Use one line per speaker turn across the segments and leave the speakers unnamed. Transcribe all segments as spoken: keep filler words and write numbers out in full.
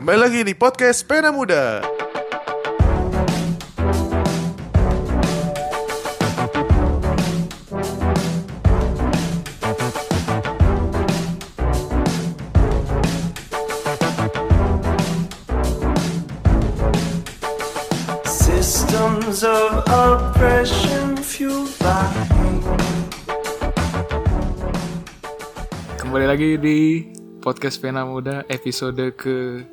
Kembali lagi di podcast Pena Muda.
Systems of oppression fueled by
Kembali lagi di podcast Pena Muda episode ke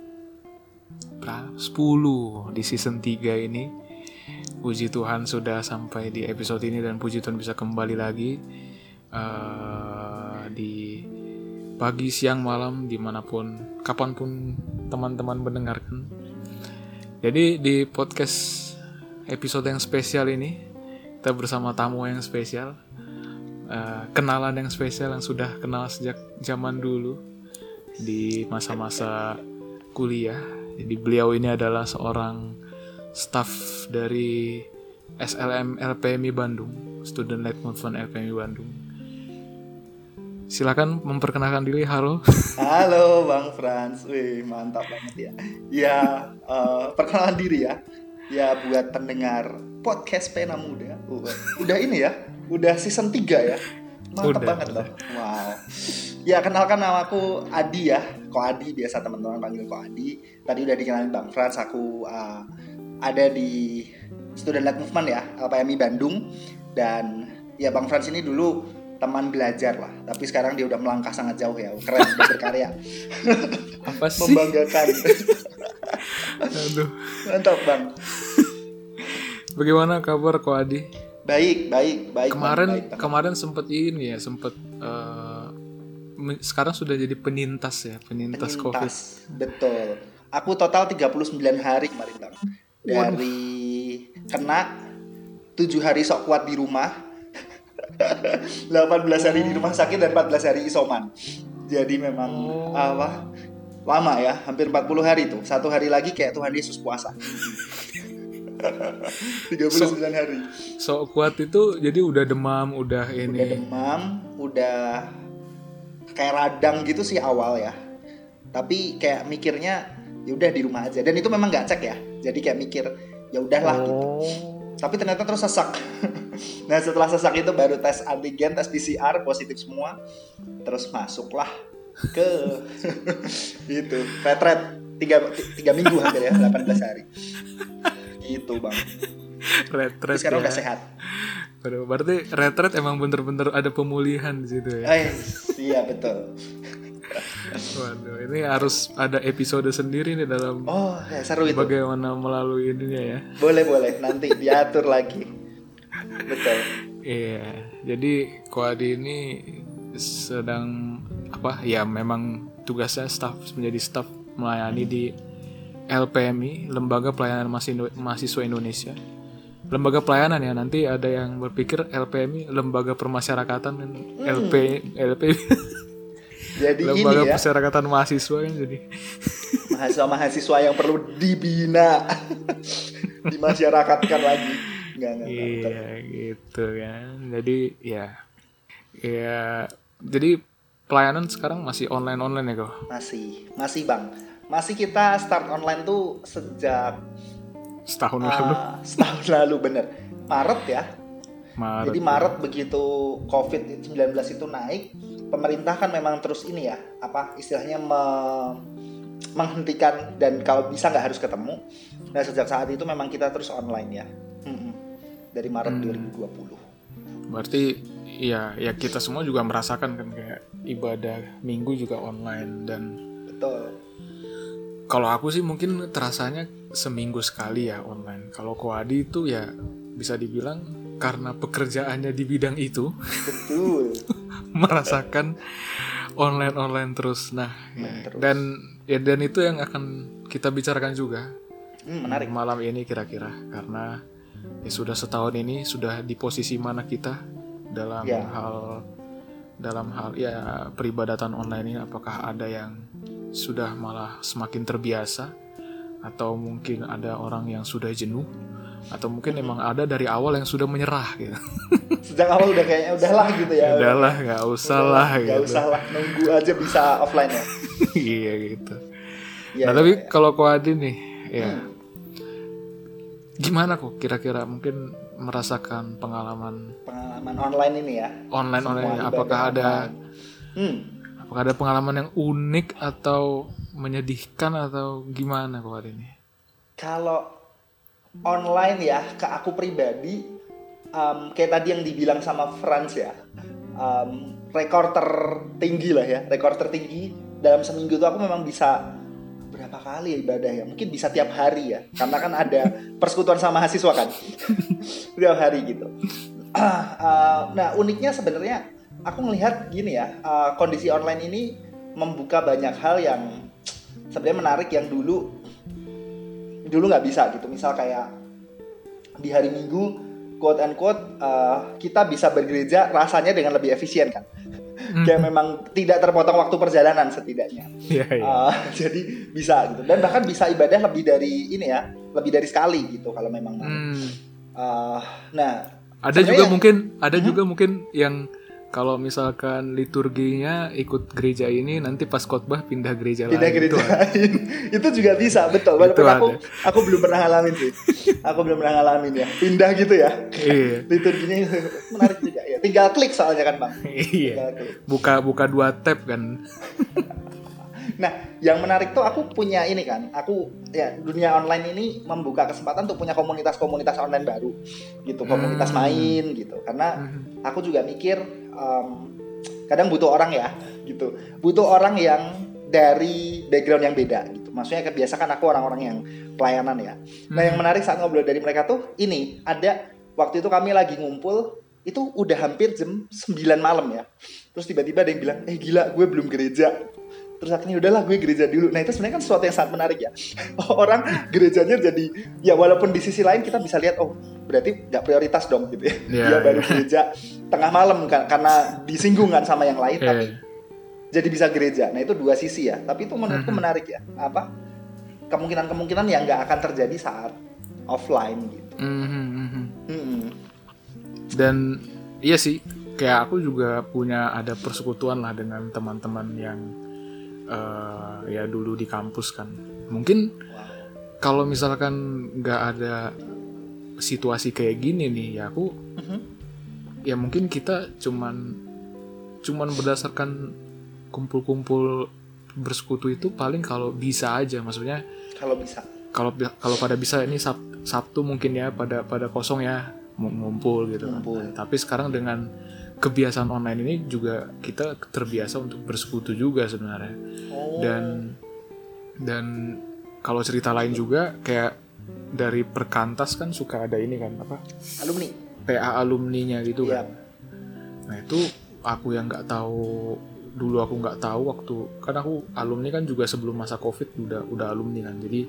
sepuluh di season tiga ini. Puji Tuhan sudah sampai di episode ini dan puji Tuhan bisa kembali lagi uh, di pagi, siang, malam, dimanapun, kapanpun teman-teman mendengarkan. Jadi di podcast episode yang spesial ini kita bersama tamu yang spesial, uh, kenalan yang spesial yang sudah kenal sejak zaman dulu di masa-masa kuliah. Jadi beliau ini adalah seorang staff dari S L M L P M I Bandung, Student Led Movement L P M I Bandung. Silakan memperkenalkan diri. Halo.
Halo Bang Frans, wih mantap banget ya. Ya uh, perkenalan diri ya. Ya buat pendengar podcast Pena Muda. Uh, udah ini ya, udah season tiga ya. Mantap udah, banget udah. Loh. Wow. Ya kenalkan, nama aku Adi ya. Ko Adi, biasa teman-teman panggil Ko Adi. Tadi udah dikenalin Bang Frans, aku uh, ada di Student Led Movement ya, L P M I Bandung. Dan ya Bang Frans ini dulu teman belajar lah, tapi sekarang dia udah melangkah sangat jauh ya, keren, berkarya.
Apa sih?
Membanggakan.
Aduh.
Mantap Bang.
Bagaimana kabar Ko Adi?
Baik, baik, baik.
Kemarin
baik, baik,
kemarin sempat ini ya, sempat uh, sekarang sudah jadi penyintas ya, penyintas, penyintas COVID. Betul.
Aku total tiga puluh sembilan hari kemarin Bang. Dari Waduh. Kena tujuh hari sok kuat di rumah. delapan belas hari di rumah sakit dan empat belas hari isoman. Jadi memang oh. apa? Lama ya, hampir empat puluh hari tuh. Satu hari lagi kayak Tuhan Yesus puasa. tiga puluh sembilan so, hari.
So kuat itu jadi udah demam, udah ini.
Udah demam, udah kayak radang gitu sih awal ya. Tapi kayak mikirnya ya udah di rumah aja. Dan itu memang enggak cek ya. Jadi kayak mikir ya udahlah oh. gitu. Tapi ternyata terus sesak. Nah setelah sesak itu baru tes antigen, tes P C R, positif semua. Terus masuklah ke itu retret tiga, tiga minggu hampir ya, delapan belas hari. Gitu Bang.
Retret
sekarang
ya.
Udah sehat.
Berarti retret emang bener-bener ada pemulihan di situ ya.
Eh, iya betul.
Waduh, ini harus ada episode sendiri nih dalam
oh, ya, seru itu.
Bagaimana melalui ininya ya.
Boleh boleh nanti diatur lagi. Betul.
Iya, jadi Ko Adi ini sedang apa? Ya memang tugasnya staff menjadi staff melayani di L P M I, Lembaga Pelayanan Mahasiswa Indonesia. Lembaga pelayanan ya, nanti ada yang berpikir L P M I Lembaga Permasyarakatan dan hmm. L P L P
jadi
Lembaga
ini ya,
Permasyarakatan Mahasiswa kan jadi
mahasiswa-mahasiswa yang perlu dibina, dimasyarakatkan lagi. Enggak, enggak,
iya
enggak,
gitu kan. Jadi ya ya jadi pelayanan sekarang masih online-online ya kok?
Masih, masih Bang. Masih kita start online tuh sejak
setahun
uh,
lalu.
Setahun lalu bener. Maret ya.
Maret,
Jadi Maret ya. Begitu covid sembilan belas itu naik, pemerintah kan memang terus ini ya, apa istilahnya me- menghentikan dan kalau bisa nggak harus ketemu. Nah sejak saat itu memang kita terus online ya. Hmm-hmm. Dari Maret hmm. dua ribu dua puluh.
Berarti ya ya kita semua juga merasakan kan kayak ibadah minggu juga online dan
betul.
Kalau aku sih mungkin terasanya seminggu sekali ya online. Kalau Ko Adi itu ya bisa dibilang karena pekerjaannya di bidang itu.
Betul.
merasakan online-online terus. Nah, ya, terus. dan ya dan itu yang akan kita bicarakan juga.
Hmm, menarik.
Malam ini kira-kira karena ya sudah setahun ini sudah di posisi mana kita dalam ya. hal dalam hal ya peribadatan online ini, apakah ada yang sudah malah semakin terbiasa atau mungkin ada orang yang sudah jenuh atau mungkin emang ada dari awal yang sudah menyerah gitu.
Sejak awal udah kayaknya udahlah gitu ya.
Udahlah, nggak usah lah gitu.
Nggak usah lah, nunggu aja bisa offline ya.
Iya gitu.
Ya,
nah
ya,
tapi
ya.
kalau Ko Adi nih, ya
Hmm.
gimana kok kira-kira mungkin merasakan pengalaman
Pengalaman online ini ya.
online
Semua
online?
ibadah
Apakah ada
online. Hmm.
apakah ada pengalaman yang unik atau menyedihkan atau gimana Ko Adi ini?
Kalau online ya, ke aku pribadi, um, kayak tadi yang dibilang sama Franz ya, um, rekor tertinggi lah ya, rekor tertinggi dalam seminggu tuh aku memang bisa berapa kali ya ibadah ya, mungkin bisa tiap hari ya, karena kan ada persekutuan sama mahasiswa kan, tiap hari gitu. Uh, nah uniknya sebenarnya aku ngelihat gini ya, uh, kondisi online ini membuka banyak hal yang sebenarnya menarik yang dulu dulu nggak bisa gitu. Misal kayak di hari Minggu, quote and quote, uh, kita bisa bergereja rasanya dengan lebih efisien kan. Kayak memang tidak terpotong waktu perjalanan setidaknya.
Iya, iya.
Uh, jadi bisa gitu. Dan bahkan bisa ibadah lebih dari ini ya, lebih dari sekali gitu kalau memang mau.
Hmm.
Uh, nah,
Ada
sebenarnya
juga
yang-
mungkin ada juga mungkin yang kalau misalkan liturginya ikut gereja ini nanti pas khotbah pindah gereja
pindah
lain.
gereja
Itu ada.
lain. Itu juga bisa, betul. Walaupun
Itu
aku
ada.
aku belum pernah ngalamin sih. Aku belum pernah ngalamin ya. Pindah gitu ya.
Iya.
Liturginya menarik juga ya. Tinggal klik soalnya kan, Bang.
Iya.
Tinggal klik.
Buka buka dua tab kan.
Nah, yang menarik tuh aku punya ini kan. Aku ya dunia online ini membuka kesempatan untuk punya komunitas-komunitas online baru gitu, komunitas
Hmm.
main gitu. Karena aku juga mikir um, kadang butuh orang ya gitu. Butuh orang yang dari background yang beda gitu. Maksudnya kebiasaan aku orang-orang yang pelayanan ya. Nah, yang menarik saat ngobrol dari mereka tuh ini, ada waktu itu kami lagi ngumpul, itu udah hampir jam sembilan malam ya. Terus tiba-tiba ada yang bilang, "Eh gila, gue belum gereja." Terus akhirnya udahlah gue gereja dulu. Nah, itu sebenarnya kan sesuatu yang sangat menarik ya. Orang gerejanya jadi ya walaupun di sisi lain kita bisa lihat, oh berarti nggak prioritas dong gitu ya.
Iya,
Dia baru
iya.
gereja tengah malam kan karena disinggungan sama yang lain, tapi
Iya.
jadi bisa gereja. Nah, itu dua sisi ya. Tapi itu menurutku
Mhm.
menarik ya. Apa? Kemungkinan-kemungkinan yang nggak akan terjadi saat offline gitu.
Mhm, mhm.
Hmm.
Dan iya sih, kayak aku juga punya ada persekutuan lah dengan teman-teman yang eh, ya dulu di kampus kan. Mungkin kalau misalkan nggak ada situasi kayak gini nih, ya aku
Mhm.
ya mungkin kita cuman cuman berdasarkan kumpul-kumpul bersekutu itu paling kalau bisa aja, maksudnya
Kalau bisa.
kalau kalau pada bisa ini Sab- Sabtu mungkin ya pada pada kosong ya ngum- ngumpul gitu kan.
Ngumpul.
Nah, tapi sekarang dengan kebiasaan online ini juga kita terbiasa untuk bersekutu juga sebenarnya.
Oh.
Dan dan kalau cerita lain juga kayak dari perkantas kan suka ada ini kan apa
Alumni.
P A alumninya gitu
Iya.
kan. Nah itu aku yang nggak tahu dulu, aku nggak tahu waktu kan aku alumni kan juga sebelum masa covid udah udah alumni kan, jadi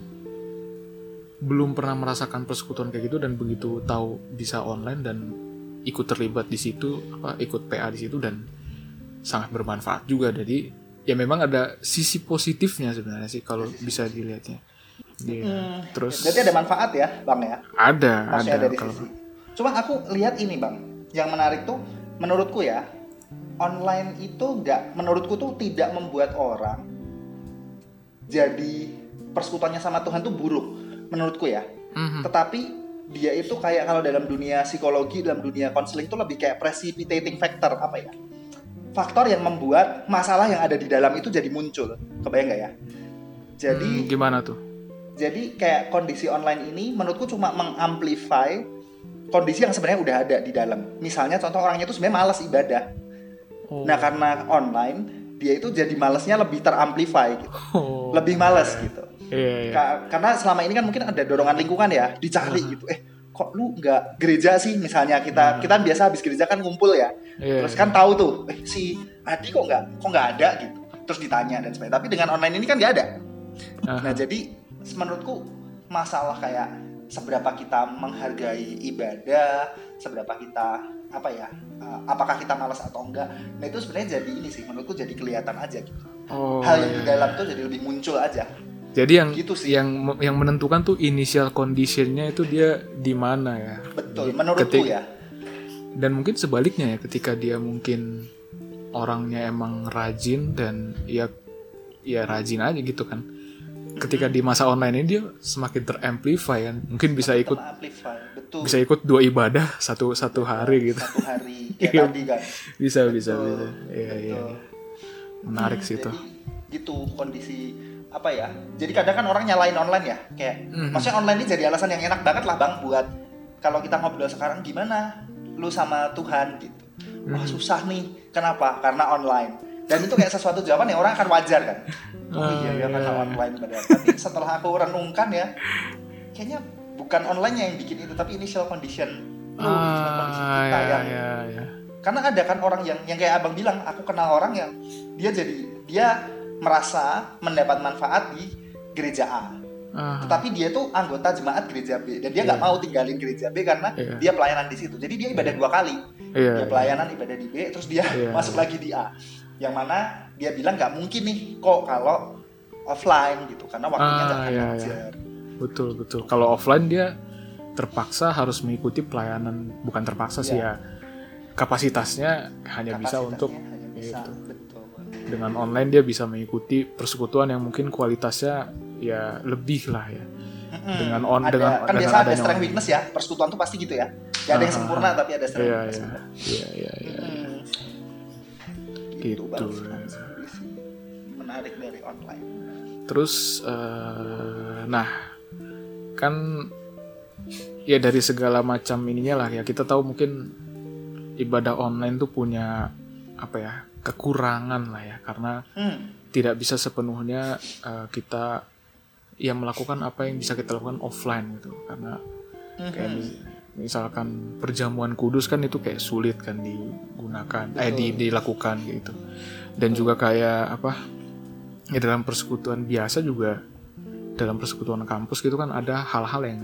belum pernah merasakan persekutuan kayak gitu, dan begitu tahu bisa online dan ikut terlibat di situ, apa ikut P A di situ, dan sangat bermanfaat juga. Jadi ya memang ada sisi positifnya sebenarnya sih kalau bisa dilihatnya. Iya.
Hmm.
Terus
Berarti ada manfaat ya, Bang ya?
ada
Maksudnya
ada
dari
kalau
sisi. Cuma aku lihat ini, Bang. Yang menarik tuh menurutku ya, online itu nggak, menurutku tuh tidak membuat orang jadi persekutuannya sama Tuhan tuh buruk, menurutku ya.
Mhm.
Tetapi dia itu kayak kalau dalam dunia psikologi, dalam dunia konseling itu lebih kayak precipitating factor, apa ya? Faktor yang membuat masalah yang ada di dalam itu jadi muncul. Kebayang nggak ya? Jadi
Hmm, gimana tuh?
jadi kayak kondisi online ini menurutku cuma mengamplify kondisi yang sebenarnya udah ada di dalam. Misalnya contoh orangnya itu sebenarnya malas ibadah.
Oh.
Nah, karena online dia itu jadi malasnya lebih teramplify gitu.
Oh.
Lebih malas gitu.
Iya, iya.
Ka- karena selama ini kan mungkin ada dorongan lingkungan ya, dicari gitu. Eh, kok lu nggak gereja sih? Misalnya kita kita biasa habis gereja kan ngumpul ya.
Iya,
Terus
iya.
kan tahu tuh, eh si Adi kok nggak kok nggak ada gitu. Terus ditanya dan sebagainya. Tapi dengan online ini kan nggak ada.
Aha.
Nah, jadi menurutku masalah kayak seberapa kita menghargai ibadah, seberapa kita apa ya, uh, apakah kita malas atau enggak. Nah, itu sebenarnya jadi ini sih, menurutku jadi kelihatan aja gitu.
Oh,
Hal yang
iya.
di dalam tuh jadi lebih muncul aja.
Jadi yang
Gitu sih.
yang yang menentukan tuh initial conditionnya itu dia di mana ya.
Betul, menurutku
Ketik-
ya.
Dan mungkin sebaliknya ya, ketika dia mungkin orangnya emang rajin dan ya ya rajin aja gitu kan. ketika di masa online ini dia semakin teramplify kan. Mungkin bisa ikut
Amplify, betul.
bisa ikut dua ibadah satu satu hari gitu.
Satu hari kayak
Iya.
tadi kan.
Bisa bisa
Betul,
bisa. Iya iya.
betul.
Menarik sih itu.
Jadi gitu kondisi apa ya? Jadi kadang kan orang nyalain online ya, kayak
Mhm.
maksudnya online ini jadi alasan yang enak banget lah bang buat kalau kita ngobrol sekarang gimana lu sama Tuhan gitu. Wah
Mhm.
susah nih, kenapa? Karena online. Dan itu kayak sesuatu jawaban yang orang akan wajar kan. Oh
Ah,
iya ya
iya,
karena
iya.
online benar. Tapi setelah aku renungkan ya, kayaknya bukan online yang bikin itu, tapi initial condition lu, initial condition
Ah
kita
ya
yang
ya ya.
karena ada kan orang yang yang kayak abang bilang, aku kenal orang yang dia jadi dia merasa mendapat manfaat di gereja A,
Ah,
tetapi dia tuh anggota jemaat gereja B dan dia nggak
Iya.
mau tinggalin gereja B karena
Iya.
dia pelayanan di situ. Jadi dia ibadah dua kali,
Iya.
dia pelayanan ibadah di B, terus dia
Iya.
masuk lagi di A, yang mana dia bilang nggak mungkin nih kok kalau offline gitu, karena waktunya nggak
Ah,
akan
iya,
ngajar.
Betul betul. Kalau offline dia terpaksa harus mengikuti pelayanan, bukan terpaksa sih
Iya.
ya. Kapasitasnya hanya bisa
Kapasitasnya
untuk
hanya bisa,
gitu.
betul.
Dengan online dia bisa mengikuti persekutuan yang mungkin kualitasnya ya lebih lah ya.
Mm-mm.
Dengan on
ada,
dengan
kan
dengan
biasa ada
adanya
strength
on-
weakness ya, persekutuan tuh pasti gitu ya. Gak ada yang
Ah,
sempurna
ah,
tapi ada strength
Iya
weakness.
iya iya iya iya.
Hmm.
Gitu.
Bang Frans. Kondisi menarik dari online.
Terus eh, nah kan ya dari segala macam ininya lah ya, kita tahu mungkin ibadah online tuh punya apa ya, kekurangan lah ya, karena
Hmm.
tidak bisa sepenuhnya eh, kita ya melakukan apa yang bisa kita lakukan offline gitu, karena kayak
Mhm.
mis- misalkan perjamuan kudus kan itu kayak sulit kan digunakan eh di, dilakukan gitu. Dan juga kayak apa ya, dalam persekutuan biasa juga, dalam persekutuan kampus gitu kan ada hal-hal yang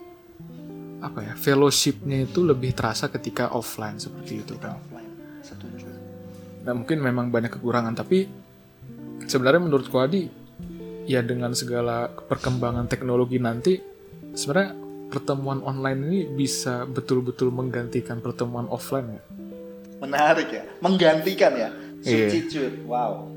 apa ya, fellowship-nya itu lebih terasa ketika offline seperti itu kan.
Offline. Setuju.
Nah mungkin memang banyak kekurangan, tapi sebenarnya menurutku Adi, ya dengan segala perkembangan teknologi nanti, sebenarnya pertemuan online ini bisa betul-betul menggantikan pertemuan offline ya.
Menarik ya, menggantikan ya.
Iya.
Substitute. Wow.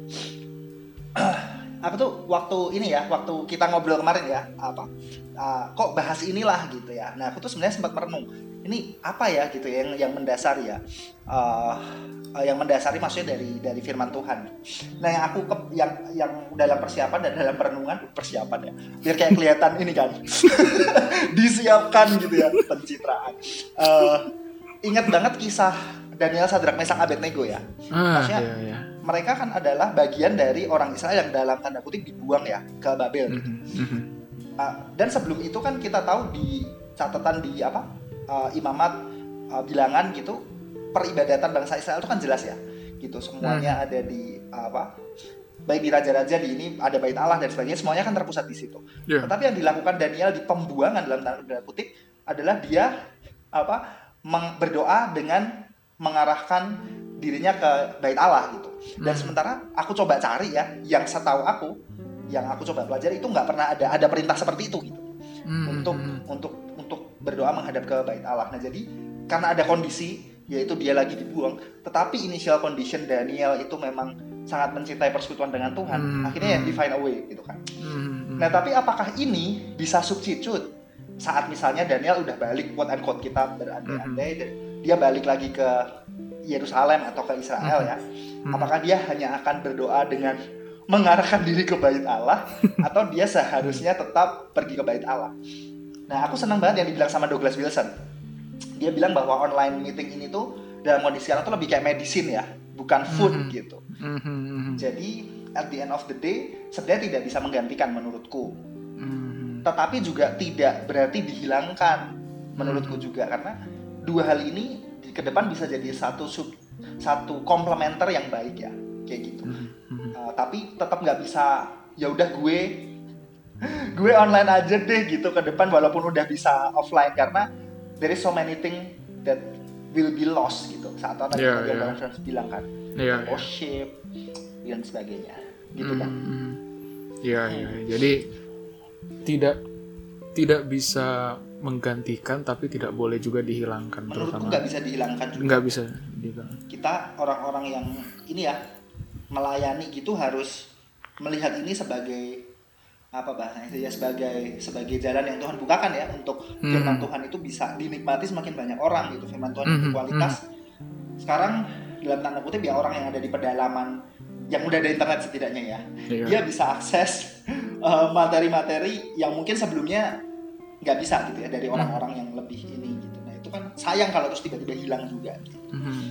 Aku tuh waktu ini ya, waktu kita ngobrol kemarin ya, apa? ah, kok bahas inilah gitu ya. Nah, aku tuh sebenarnya sempat merenung. Ini apa ya gitu ya yang yang mendasari ya. Ah, ah, yang mendasari maksudnya dari dari firman Tuhan. Nah, yang aku ke, yang yang dalam persiapan dan dalam perenungan persiapan ya. Biar kayak kelihatan ini kan. Disiapkan gitu ya pencitraan. Eh, ingat banget kisah Daniel, Sadrak, Mesak, Abednego ya.
Ah
Maksudnya,
iya iya.
mereka kan adalah bagian dari orang Israel yang dalam tanda kutip dibuang ya ke Babel.
Mhm, mhm.
Uh, dan sebelum itu kan kita tahu di catatan di apa uh, Imamat uh, bilangan gitu, peribadatan bangsa Israel itu kan jelas ya, gitu semuanya ada di uh, apa baik di raja-raja di ini ada bait Allah dan sebagainya, semuanya kan terpusat di situ.
Iya.
Tetapi yang dilakukan Daniel di pembuangan dalam tanda kutip adalah dia apa meng- berdoa dengan mengarahkan dirinya ke bait Allah gitu. Dan
Hmm.
sementara aku coba cari ya, yang setahu aku, yang aku coba pelajari itu nggak pernah ada ada perintah seperti itu gitu.
Mhm,
Untuk
mhm.
untuk untuk berdoa menghadap ke bait Allah. Nah, jadi karena ada kondisi yaitu dia lagi dibuang, tetapi initial condition Daniel itu memang sangat mencintai persekutuan dengan Tuhan.
Hmm.
Akhirnya ya divine away gitu kan.
Mhm,
Nah, tapi apakah ini bisa substitute saat misalnya Daniel udah balik, quote unquote kita berandai-andai, dan dia balik lagi ke Yerusalem atau ke Israel ya?
Mhm.
Apakah dia hanya akan berdoa dengan mengarahkan diri ke bait Allah, atau dia seharusnya tetap pergi ke bait Allah? Nah, aku senang banget yang dibilang sama Douglas Wilson. Dia bilang bahwa online meeting ini tuh dalam kondisi sekarang tuh lebih kayak medicine ya, bukan food
Mhm.
gitu.
Mhm, mhm.
Jadi at the end of the day sebenarnya tidak bisa menggantikan menurutku,
Mhm.
tetapi juga tidak berarti dihilangkan menurutku juga, karena dua hal ini di ke depan bisa jadi satu sub, satu komplementer yang baik ya kayak gitu.
Mhm.
Uh, tapi tetap nggak bisa ya udah gue gue online aja deh gitu ke depan walaupun udah bisa offline, karena there is so many things that will be lost gitu saat tadi
Yeah,
yang
yeah.
Bang Frans bilang kan,
Iya, iya.
worship dan sebagainya gitu kan.
Mhm. Iya, iya. Jadi tidak tidak bisa menggantikan, tapi tidak boleh juga dihilangkan.
Menurutku
terutama
nggak bisa dihilangkan juga.
nggak bisa dihilangkan.
Kita orang-orang yang ini ya melayani gitu harus melihat ini sebagai apa bahasanya itu ya, sebagai sebagai jalan yang Tuhan bukakan ya untuk
Hmm.
firman Tuhan itu bisa dinikmati semakin banyak orang gitu. Firman Tuhan yang
Hmm,
berkualitas. Sekarang dalam tanda kutip ya orang yang ada di pedalaman yang udah ada internet setidaknya ya,
Iya.
dia bisa akses uh, materi-materi yang mungkin sebelumnya nggak bisa gitu ya dari orang-orang yang lebih ini gitu. Nah itu kan sayang kalau terus tiba-tiba hilang juga. Gitu.
Mhm.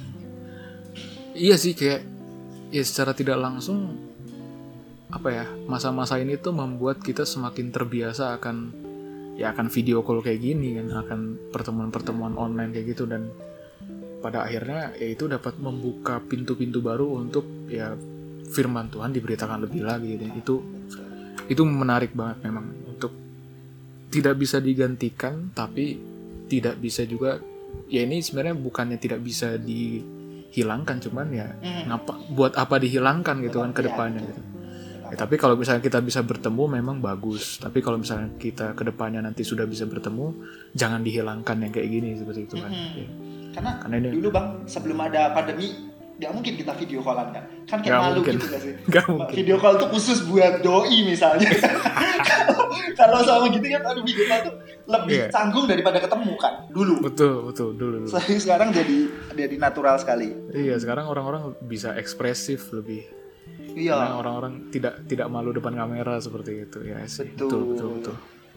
Iya sih, kayak ya secara tidak langsung apa ya, masa-masa ini tuh membuat kita semakin terbiasa akan ya akan video call kayak gini kan, akan pertemuan-pertemuan online kayak gitu, dan pada akhirnya ya itu dapat membuka pintu-pintu baru untuk ya firman Tuhan diberitakan lebih lagi, dan itu itu menarik banget memang, untuk tidak bisa digantikan tapi tidak bisa juga ya, ini sebenarnya bukannya tidak bisa dihilangkan, cuman ya
Hmm.
ngapa buat apa dihilangkan gitu kan ke
Iya,
depannya
betul.
gitu. Ya, tapi kalau misalnya kita bisa bertemu memang bagus, tapi kalau misalnya kita ke depannya nanti sudah bisa bertemu, jangan dihilangkan yang kayak gini seperti itu kan.
Mm-mm.
Ya.
Karena,
Karena ini-
dulu bang sebelum ada pandemi nggak mungkin kita video callan kan, kan kayak
Nggak
malu
mungkin.
gitu nggak sih?
Nggak mungkin.
Video call tuh khusus buat doi misalnya. Kalau sama gitu kan, aduh video call tuh lebih
Iya.
canggung daripada ketemu kan dulu.
Betul, betul, dulu. dulu.
Tapi sekarang jadi jadi natural sekali.
Iya, sekarang orang-orang bisa ekspresif lebih. Karena
Iya.
orang-orang tidak tidak malu depan kamera seperti itu ya sih.
Betul.
Betul, betul, betul.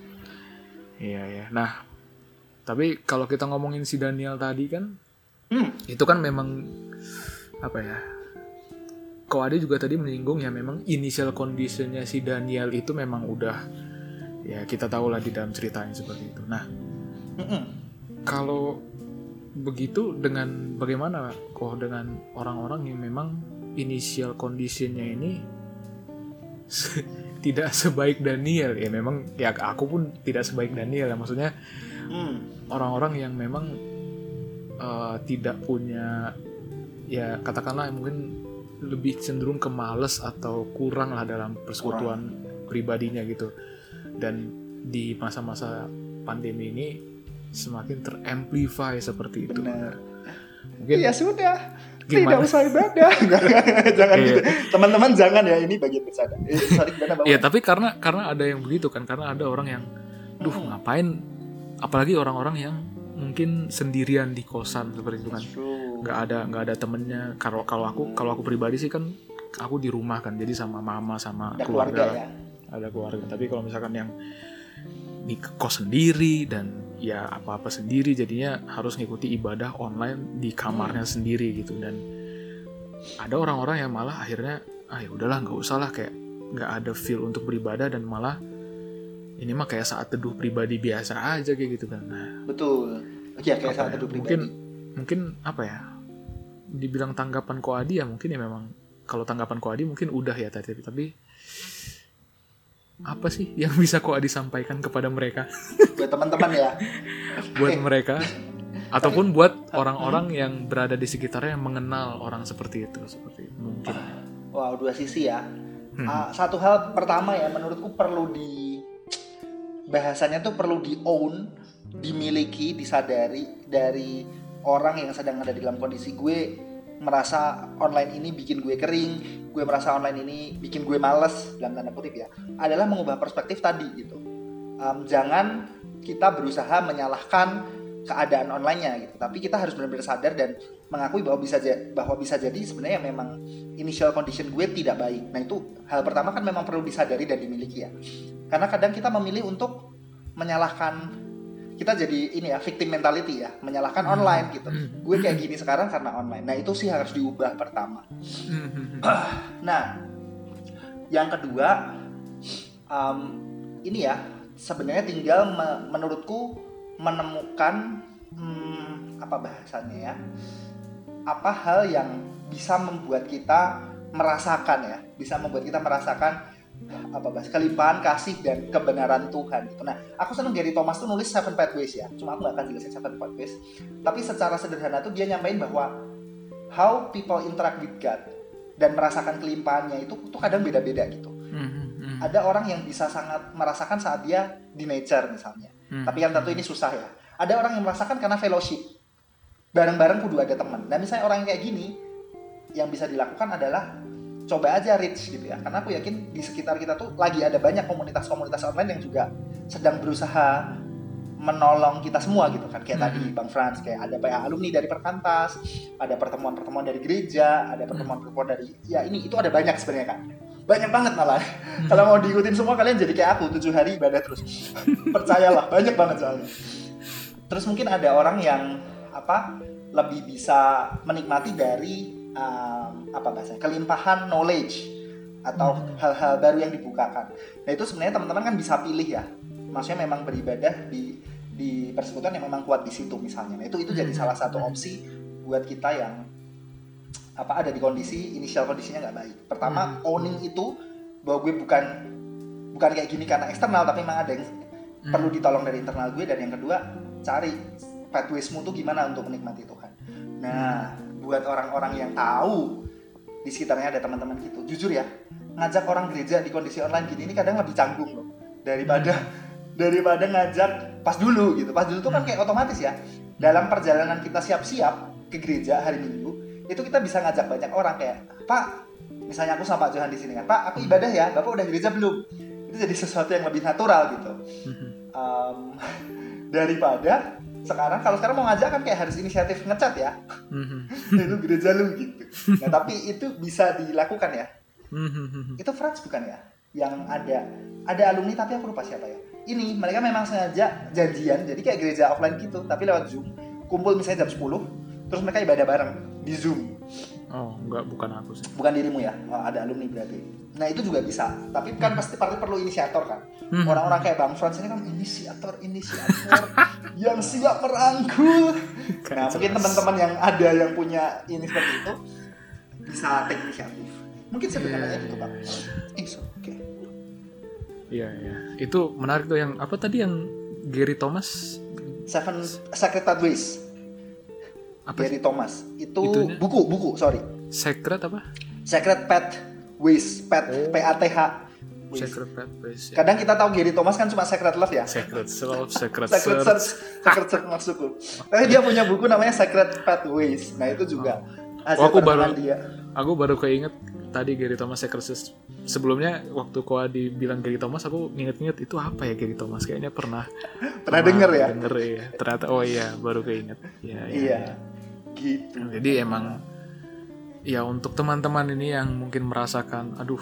Iya, ya. Nah, tapi kalau kita ngomongin si Daniel tadi kan,
Hmm.
itu kan memang apa ya? Ko Ade juga tadi menyinggung ya, memang initial conditionnya si Daniel itu memang udah ya kita tahu lah di dalam ceritanya seperti itu. Nah,
Mm-mm.
kalau begitu dengan bagaimana kok dengan orang-orang yang memang initial conditionnya ini se- tidak sebaik Daniel ya, memang ya aku pun tidak sebaik Daniel ya, maksudnya
Hmm.
orang-orang yang memang uh, tidak punya ya katakanlah mungkin lebih cenderung ke males atau kurang lah dalam persekutuan pribadinya gitu, dan di masa-masa pandemi ini semakin teramplify seperti itu.
Benar.
Mungkin
Ya sudah.
Gimana?
Tidak usah ibadah. Jangan
Iya.
gitu. Teman-teman jangan ya, ini bagian bercanda. Eh, sorry gimana Bang?
ya tapi karena karena ada yang begitu kan, karena ada orang yang duh
Hmm.
ngapain, apalagi orang-orang yang mungkin sendirian di kosan seperti itu kan,
True.
nggak ada nggak ada temennya. Kalau kalau aku kalau aku pribadi sih kan aku di rumah kan, jadi sama mama sama
Ada keluarga
keluarga,
ya.
ada keluarga. Tapi kalau misalkan yang di kos sendiri dan ya apa-apa sendiri, jadinya harus ngikuti ibadah online di kamarnya sendiri gitu, dan ada orang-orang yang malah akhirnya ah ya udahlah nggak usah lah, kayak nggak ada feel untuk beribadah, dan malah ini mah kayak saat teduh pribadi biasa aja kayak gitu kan. Nah,
Betul. Iya kayak
apa
saat
ya,
teduh
mungkin
pribadi.
mungkin apa ya, dibilang tanggapan Ko Adi ya mungkin ya memang, kalau tanggapan Ko Adi mungkin udah ya tadi, tapi apa sih yang bisa Ko Adi sampaikan kepada mereka,
Buat teman-teman ya.
buat
Eh.
mereka ataupun buat orang-orang yang berada di sekitarnya yang mengenal orang seperti itu, seperti itu mungkin.
Wow, dua sisi ya.
Hmm.
Ah, satu hal pertama ya, menurutku perlu di bahasanya tuh perlu di own, dimiliki, disadari dari orang yang sedang ada di dalam kondisi gue merasa online ini bikin gue kering, gue merasa online ini bikin gue males dalam tanda kutip ya, adalah mengubah perspektif tadi gitu. Um, jangan kita berusaha menyalahkan keadaan online-nya gitu, tapi kita harus benar-benar sadar dan mengakui bahwa bisa ja- bahwa bisa jadi sebenarnya memang initial condition gue tidak baik. Nah itu hal pertama kan memang perlu disadari dan dimiliki ya, karena kadang kita memilih untuk menyalahkan, kita jadi ini ya victim mentality ya, menyalahkan online gitu. Gue kayak gini sekarang karena online. Nah itu sih harus diubah pertama. Nah yang kedua, um, ini ya sebenarnya tinggal me- menurutku menemukan hmm, apa bahasanya ya, apa hal yang bisa membuat kita merasakan ya, bisa membuat kita merasakan apa bahas kelimpahan kasih dan kebenaran Tuhan gitu. Nah, aku seneng Gary Thomas tuh nulis Seven Pathways ya. Cuma aku gak akan jelasin Seven Pathways. Tapi secara sederhana tuh dia nyampein bahwa how people interact with God dan merasakan kelimpahannya itu tuh kadang beda-beda gitu. Ada orang yang bisa sangat merasakan saat dia di nature misalnya. Tapi kan tentu ini susah ya. Ada orang yang merasakan karena fellowship. Bareng-bareng kudu ada teman. Nah, misalnya orang yang kayak gini, yang bisa dilakukan adalah coba aja reach gitu ya, karena aku yakin di sekitar kita tuh lagi ada banyak komunitas-komunitas online yang juga sedang berusaha menolong kita semua gitu kan, kayak hmm. tadi Bang Frans, kayak ada P A alumni dari Perkantas, ada pertemuan-pertemuan dari gereja, ada pertemuan-pertemuan dari ya ini itu ada banyak sebenarnya kan, banyak banget malah. Hmm. Kalau mau diikutin semua kalian jadi kayak aku tujuh hari ibadah terus, percayalah banyak banget soalnya. Terus mungkin ada orang yang apa lebih bisa menikmati dari um, apa bahasanya kelimpahan knowledge atau hmm. hal-hal baru yang dibukakan. Nah itu sebenarnya teman-teman kan bisa pilih ya, maksudnya memang beribadah di di persekutuan yang memang kuat di situ misalnya. Nah itu itu jadi salah satu opsi buat kita yang apa ada di kondisi inisial kondisinya nggak baik. Pertama hmm. owning itu bahwa gue bukan bukan kayak gini karena eksternal, tapi memang ada yang hmm. perlu ditolong dari internal gue. Dan yang kedua, cari pathways-mu tuh gimana untuk menikmati Tuhan. Nah, buat orang-orang yang tahu di sekitarnya ada teman-teman gitu, jujur ya, ngajak orang gereja di kondisi online gini ini kadang lebih canggung loh daripada daripada ngajak pas dulu gitu. Pas dulu tuh kan kayak otomatis ya, dalam perjalanan kita siap-siap ke gereja hari Minggu, itu kita bisa ngajak banyak orang kayak, Pak, misalnya aku sama Pak Johan di sini kan, Pak, aku ibadah ya, Bapak udah gereja belum? Itu jadi sesuatu yang lebih natural gitu. Um, daripada sekarang, kalau sekarang mau ngajak kan kayak harus inisiatif ngecat ya, mm-hmm. itu gereja lu gitu. Nah tapi itu bisa dilakukan ya. Mm-hmm. Itu Frans bukan ya? Yang ada ada alumni tapi aku lupa siapa ya. Ini mereka memang sengaja janjian, jadi kayak gereja offline gitu, tapi lewat Zoom. Kumpul misalnya jam sepuluh, terus mereka ibadah bareng di Zoom.
Oh enggak, bukan aku sih.
Bukan dirimu ya? Oh, ada alumni berarti. Nah itu juga bisa, tapi kan pasti pasti perlu inisiator kan. Hmm. Orang-orang kayak Bang Frans ini kan inisiator, inisiator yang siap merangkul. Nah mungkin teman-teman yang ada yang punya ini seperti itu bisa take inisiatif. Mungkin sebenarnya yeah. gitu Bang. It's okay.
Iya iya. Itu menarik tuh yang apa tadi yang Gary Thomas?
Seven Sacred Pathways. Apa Gary sih? Thomas itu Itunya? buku buku sorry
Sacred apa
Sacred Pathways Path oh. P A T H
Sacred Pathways ya.
Kadang kita tahu Gary Thomas kan cuma Sacred Love ya,
Sacred Love, Sacred
Sacred Search, Sacred Search maksudku. Tapi dia punya buku namanya Sacred Pathways. Nah itu juga
oh. oh, aku baru dia. aku baru keinget tadi Gary Thomas Sacred Search. Sebelumnya waktu Koadi bilang Gary Thomas, aku nginget-nginget itu apa ya Gary Thomas, kayaknya pernah
pernah denger ya
denger ya ternyata oh iya baru keinget ya, ya,
iya
ya.
Gitu.
Jadi emang ya untuk teman-teman ini yang mungkin merasakan aduh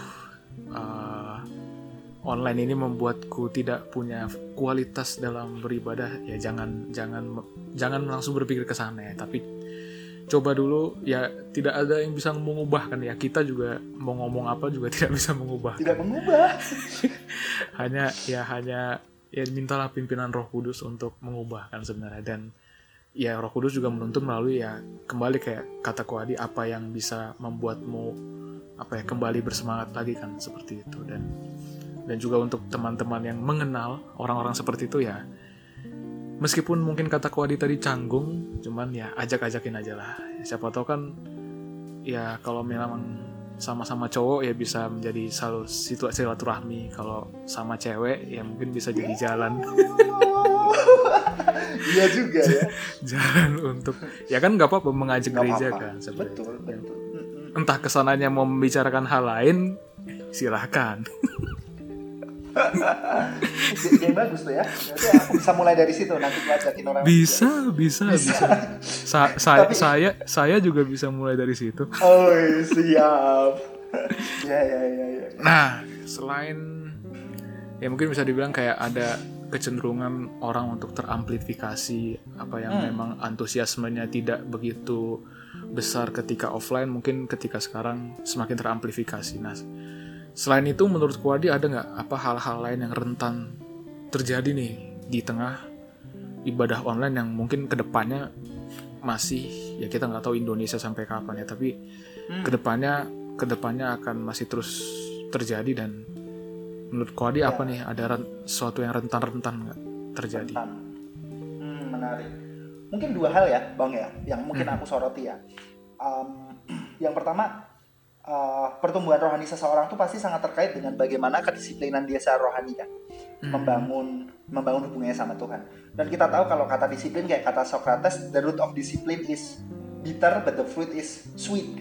uh, online ini membuatku tidak punya kualitas dalam beribadah, ya jangan jangan jangan langsung berpikir ke sana ya, tapi coba dulu ya, tidak ada yang bisa mengubah kan ya, kita juga mau ngomong apa juga tidak bisa mengubah.
Tidak mengubah.
hanya ya hanya ya mintalah pimpinan Roh Kudus untuk mengubah kan sebenarnya, dan ya Roh Kudus juga menuntun melalui ya kembali kayak kata Koadi, apa yang bisa membuatmu apa ya kembali bersemangat lagi kan seperti itu. Dan dan juga untuk teman-teman yang mengenal orang-orang seperti itu ya, meskipun mungkin kata Koadi tadi canggung, cuman ya ajak-ajakin aja lah. Siapa tahu kan ya kalau memang sama-sama cowok ya bisa menjadi selalu situasi silaturahmi, kalau sama cewek ya mungkin bisa jadi jalan.
Iya juga ya.
Jalan untuk ya kan nggak apa-apa mengajak
gak
gereja
apa-apa.
kan sebenarnya.
Betul betul.
Entah kesananya mau membicarakan hal lain, silahkan.
Yang bagus tuh ya. Berarti aku bisa mulai dari situ, nanti ngajakin orang.
Bisa bisa bisa. bisa. Sa- sa- Tapi, saya saya juga bisa mulai dari situ.
Oh siap. Ya ya ya ya.
Nah selain ya mungkin bisa dibilang kayak ada kecenderungan orang untuk teramplifikasi apa yang hmm. memang antusiasmenya tidak begitu besar ketika offline, mungkin ketika sekarang semakin teramplifikasi. Nah, selain itu menurut Koadi ada nggak apa hal-hal lain yang rentan terjadi nih di tengah ibadah online yang mungkin kedepannya masih ya kita nggak tahu Indonesia sampai kapan ya, tapi hmm. kedepannya kedepannya akan masih terus terjadi. Dan menurut Koadi ya. Apa nih, ada sesuatu yang rentan-rentan nggak terjadi?
Rentan. Hmm, menarik. Mungkin dua hal ya, Bang ya, yang mungkin hmm. aku soroti ya. Um, yang pertama, uh, pertumbuhan rohani seseorang tuh pasti sangat terkait dengan bagaimana kedisiplinan dia secara rohani kan, hmm. membangun membangun hubungannya sama Tuhan. Dan kita tahu kalau kata disiplin kayak kata Socrates, the root of discipline is bitter but the fruit is sweet kan.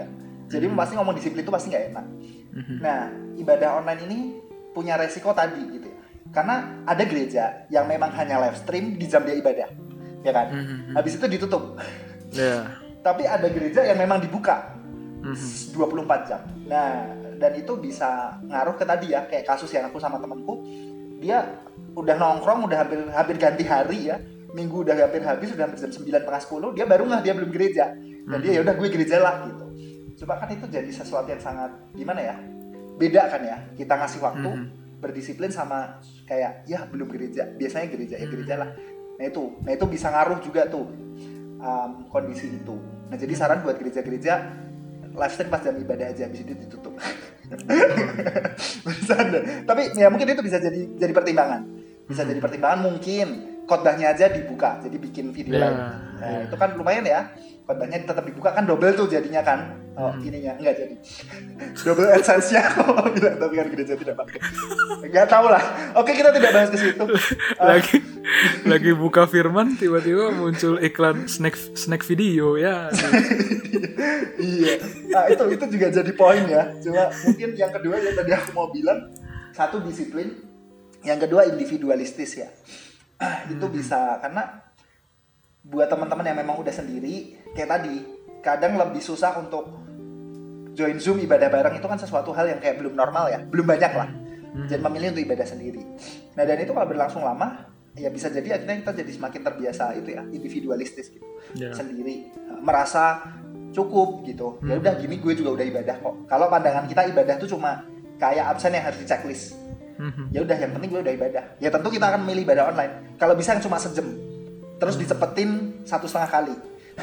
Jadi
Hmm.
pasti ngomong disiplin itu pasti nggak enak.
Mhm.
Nah, ibadah online ini punya resiko tadi gitu ya. Karena ada gereja yang memang hanya live stream di jam dia ibadah, ya kan?
Mhm.
Habis itu ditutup.
Ya.
Tapi ada gereja yang memang dibuka
Mhm.
dua puluh empat jam. Nah, dan itu bisa ngaruh ke tadi ya, kayak kasus yang aku sama temanku, dia udah nongkrong, udah hampir hampir ganti hari ya, minggu udah hampir habis, udah hampir jam sembilan setengah sepuluh, dia baru nggak dia belum gereja, dan dia ya udah gue gereja lah gitu. Coba kan itu jadi sesuatu yang sangat gimana ya, beda kan ya, kita ngasih waktu
Mhm.
berdisiplin sama kayak ya belum gereja, biasanya gereja ya gereja lah. Nah itu, nah itu bisa ngaruh juga tuh um, kondisi itu. Nah jadi saran buat gereja-gereja, live stream pas jam ibadah aja, habis itu ditutup. Bercanda. Tapi ya mungkin itu bisa jadi jadi pertimbangan. Bisa jadi pertimbangan mungkin khotbahnya aja dibuka, jadi bikin video
Ya,
lain. Nah,
ya.
itu kan lumayan ya. Khotbahnya tetap dibuka kan double tuh jadinya kan. Oh,
Hmm.
ininya enggak jadi. Double AdSense-nya kalau bilang tapi kan gereja tidak pakai. Enggak tahu lah. Oke, kita tidak bahas ke situ. Uh,
lagi lagi buka firman tiba-tiba muncul iklan snack snack video ya.
Iya, nah itu itu juga jadi poin ya. Cuma mungkin yang kedua yang tadi aku mau bilang, satu disiplin, yang kedua individualistis ya. Itu bisa karena buat teman-teman yang memang udah sendiri, kayak tadi, kadang lebih susah untuk join Zoom ibadah bareng, itu kan sesuatu hal yang kayak belum normal ya, belum banyak lah. Jadi memilih untuk ibadah sendiri. Nah dan itu kalau berlangsung lama, ya bisa jadi akhirnya kita jadi semakin terbiasa itu ya, individualistis gitu,
Ya.
sendiri, merasa cukup gitu. Ya udah gini gue juga udah ibadah kok. Kalau pandangan kita ibadah tuh cuma kayak absen yang harus di checklist.
Mhm.
Ya udah yang penting gue udah ibadah. Ya tentu kita akan memilih ibadah online. Kalau bisa yang cuma sejam, terus dicepetin satu setengah kali.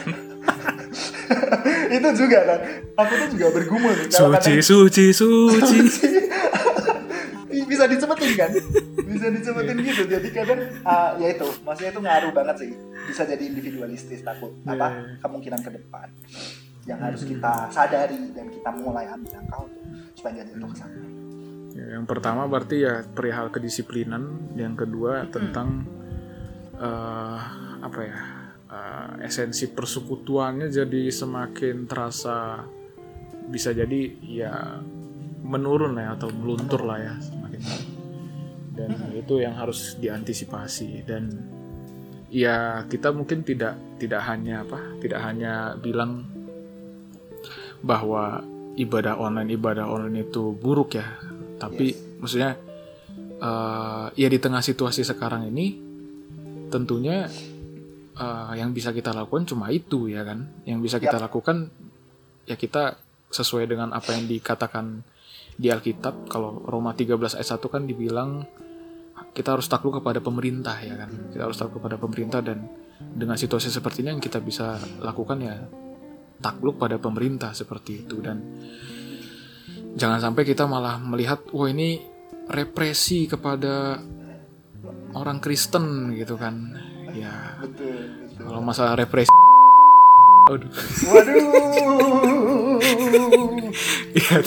Itu juga kan. Aku tuh juga bergumul nih. Kalau
Suci,
kadang-
suci, suci.
bisa dicepetin kan, bisa dicepetin gitu. Jadi kadang uh, ya itu, maksudnya itu ngaruh banget sih. Bisa jadi individualistis, takut apa
Yeah.
kemungkinan ke depan yang harus kita sadari dan kita mulai ambil langkah untuk supaya jangan jatuh ke sana.
Ya, yang pertama berarti ya perihal kedisiplinan, yang kedua tentang eh, apa ya eh, esensi persekutuannya jadi semakin terasa, bisa jadi ya menurun lah ya, atau meluntur lah ya semakin, dan itu yang harus diantisipasi. Dan ya kita mungkin tidak tidak hanya apa tidak hanya bilang bahwa ibadah online ibadah online itu buruk ya, tapi
Yes.
maksudnya uh, ya di tengah situasi sekarang ini tentunya uh, yang bisa kita lakukan cuma itu ya kan, yang bisa kita
Yap.
lakukan ya kita sesuai dengan apa yang dikatakan di Alkitab. Kalau Roma tiga belas ayat satu kan dibilang kita harus takluk kepada pemerintah ya kan, kita harus takluk kepada pemerintah, dan dengan situasi seperti ini yang kita bisa lakukan ya takluk pada pemerintah seperti itu. Dan jangan sampai kita malah melihat wah ini represi kepada orang Kristen gitu kan ya.
Betul, betul.
Kalau masalah represi aduh.
Waduh.
Iya.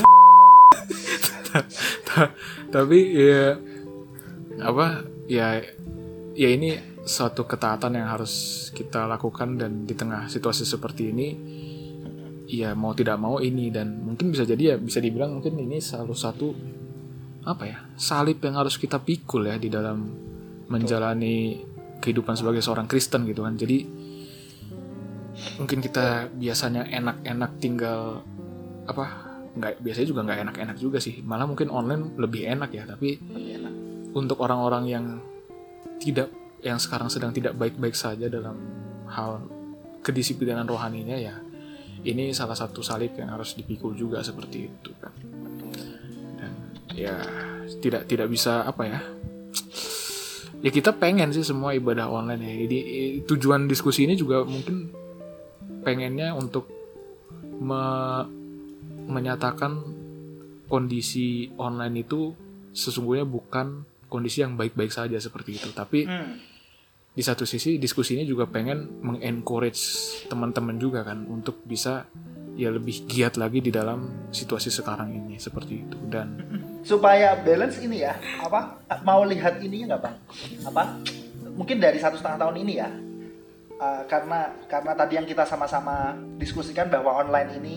Tapi ya apa ya ya ini suatu ketaatan yang harus kita lakukan, dan di tengah situasi seperti ini ya mau tidak mau ini, dan mungkin bisa jadi ya bisa dibilang mungkin ini salah satu apa ya salib yang harus kita pikul ya di dalam menjalani kehidupan sebagai seorang Kristen gitu kan. Jadi mungkin kita biasanya enak-enak tinggal apa nggak biasanya juga nggak enak-enak juga sih, malah mungkin online lebih enak ya. Tapi untuk orang-orang yang tidak yang sekarang sedang tidak baik-baik saja dalam hal kedisiplinan rohaninya ya, ini salah satu salib yang harus dipikul juga seperti itu kan. Dan ya tidak tidak bisa apa ya ya kita pengen sih semua ibadah online ya. Jadi tujuan diskusi ini juga mungkin pengennya untuk me- menyatakan kondisi online itu sesungguhnya bukan kondisi yang baik-baik saja seperti itu. Tapi
Hmm.
di satu sisi diskusinya juga pengen mengencourage teman-teman juga kan untuk bisa ya lebih giat lagi di dalam situasi sekarang ini seperti itu. Dan
Supaya balance ini ya, apa mau lihat ininya nggak bang? Apa mungkin dari satu setengah tahun ini ya, uh, karena karena tadi yang kita sama-sama diskusikan bahwa online ini